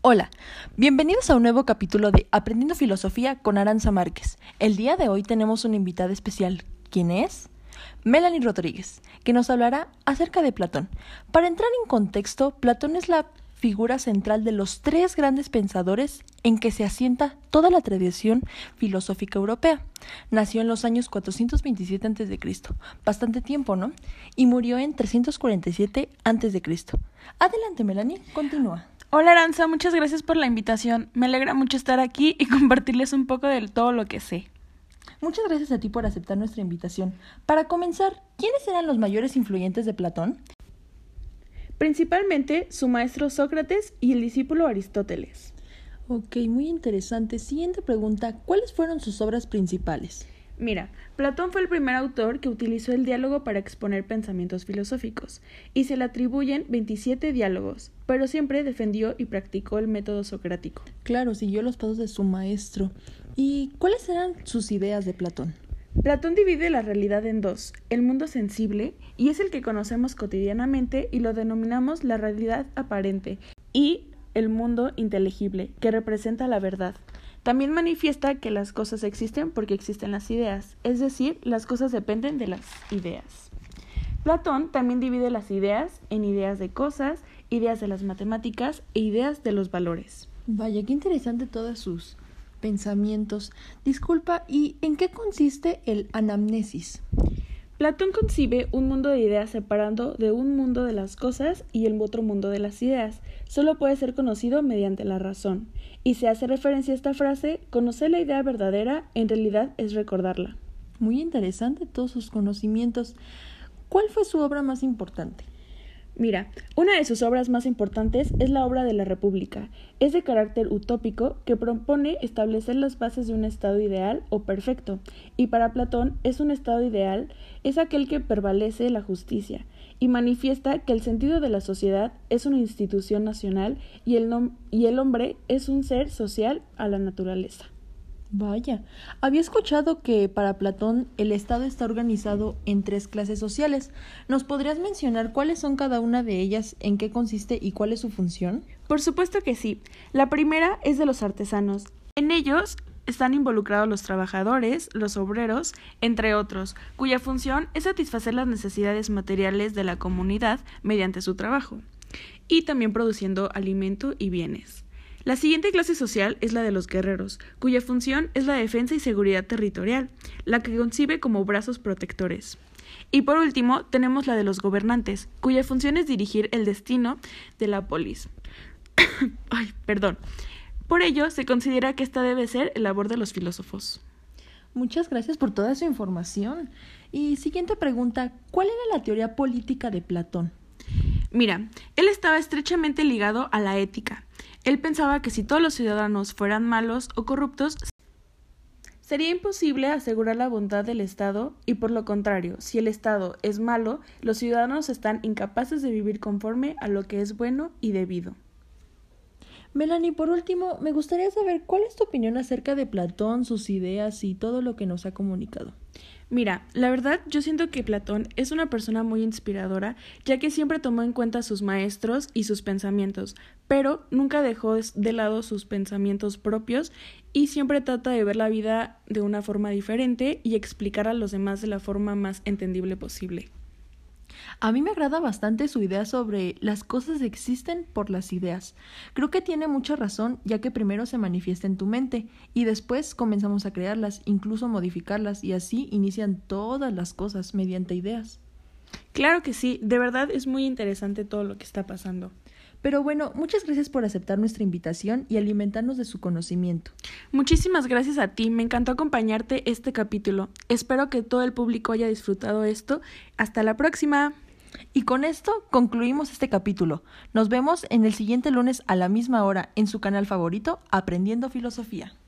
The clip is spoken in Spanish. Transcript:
Hola, bienvenidos a un nuevo capítulo de Aprendiendo Filosofía con Aranza Márquez. El día de hoy tenemos una invitada especial. ¿Quién es? Melanie Rodríguez, que nos hablará acerca de Platón. Para entrar en contexto, Platón es la figura central de los tres grandes pensadores en que se asienta toda la tradición filosófica europea. Nació en los años 427 a.C., bastante tiempo, ¿no? Y murió en 347 a.C. Adelante, Melanie, continúa. Hola Aranza, muchas gracias por la invitación. Me alegra mucho estar aquí y compartirles un poco de todo lo que sé. Muchas gracias a ti por aceptar nuestra invitación. Para comenzar, ¿quiénes eran los mayores influyentes de Platón? Principalmente su maestro Sócrates y el discípulo Aristóteles. Ok, muy interesante. Siguiente pregunta, ¿cuáles fueron sus obras principales? Mira, Platón fue el primer autor que utilizó el diálogo para exponer pensamientos filosóficos, y se le atribuyen 27 diálogos, pero siempre defendió y practicó el método socrático. Claro, siguió los pasos de su maestro. ¿Y cuáles eran sus ideas de Platón? Platón divide la realidad en dos, el mundo sensible, y es el que conocemos cotidianamente y lo denominamos la realidad aparente, y el mundo inteligible, que representa la verdad. También manifiesta que las cosas existen porque existen las ideas, es decir, las cosas dependen de las ideas. Platón también divide las ideas en ideas de cosas, ideas de las matemáticas e ideas de los valores. Vaya, qué interesante todos sus pensamientos. Disculpa, ¿y en qué consiste el anamnesis? Platón concibe un mundo de ideas separando de un mundo de las cosas y el otro mundo de las ideas. Solo puede ser conocido mediante la razón. Y se hace referencia a esta frase, conocer la idea verdadera en realidad es recordarla. Muy interesante todos sus conocimientos. ¿Cuál fue su obra más importante? Mira, una de sus obras más importantes es la obra de la República. Es de carácter utópico que propone establecer las bases de un estado ideal o perfecto, y para Platón un estado ideal es aquel que prevalece la justicia, y manifiesta que el sentido de la sociedad es una institución nacional y el hombre es un ser social a la naturaleza. Vaya, había escuchado que para Platón el Estado está organizado en tres clases sociales. ¿Nos podrías mencionar cuáles son cada una de ellas, en qué consiste y cuál es su función? Por supuesto que sí. La primera es de los artesanos. En ellos están involucrados los trabajadores, los obreros, entre otros, cuya función es satisfacer las necesidades materiales de la comunidad mediante su trabajo, y también produciendo alimento y bienes. La siguiente clase social es la de los guerreros, cuya función es la defensa y seguridad territorial, la que concibe como brazos protectores. Y por último, tenemos la de los gobernantes, cuya función es dirigir el destino de la polis. Por ello, se considera que esta debe ser la labor de los filósofos. Muchas gracias por toda su información. Y siguiente pregunta, ¿cuál era la teoría política de Platón? Mira, él estaba estrechamente ligado a la ética. Él pensaba que si todos los ciudadanos fueran malos o corruptos, sería imposible asegurar la bondad del Estado y por lo contrario, si el Estado es malo, los ciudadanos están incapaces de vivir conforme a lo que es bueno y debido. Melanie, por último, me gustaría saber cuál es tu opinión acerca de Platón, sus ideas y todo lo que nos ha comunicado. Mira, la verdad yo siento que Platón es una persona muy inspiradora, ya que siempre tomó en cuenta a sus maestros y sus pensamientos, pero nunca dejó de lado sus pensamientos propios y siempre trata de ver la vida de una forma diferente y explicar a los demás de la forma más entendible posible. A mí me agrada bastante su idea sobre las cosas existen por las ideas. Creo que tiene mucha razón, ya que primero se manifiesta en tu mente y después comenzamos a crearlas, incluso modificarlas, y así inician todas las cosas mediante ideas. Claro que sí, de verdad es muy interesante todo lo que está pasando. Pero bueno, muchas gracias por aceptar nuestra invitación y alimentarnos de su conocimiento. Muchísimas gracias a ti, me encantó acompañarte este capítulo. Espero que todo el público haya disfrutado esto. Hasta la próxima. Y con esto concluimos este capítulo. Nos vemos en el siguiente lunes a la misma hora en su canal favorito, Aprendiendo Filosofía.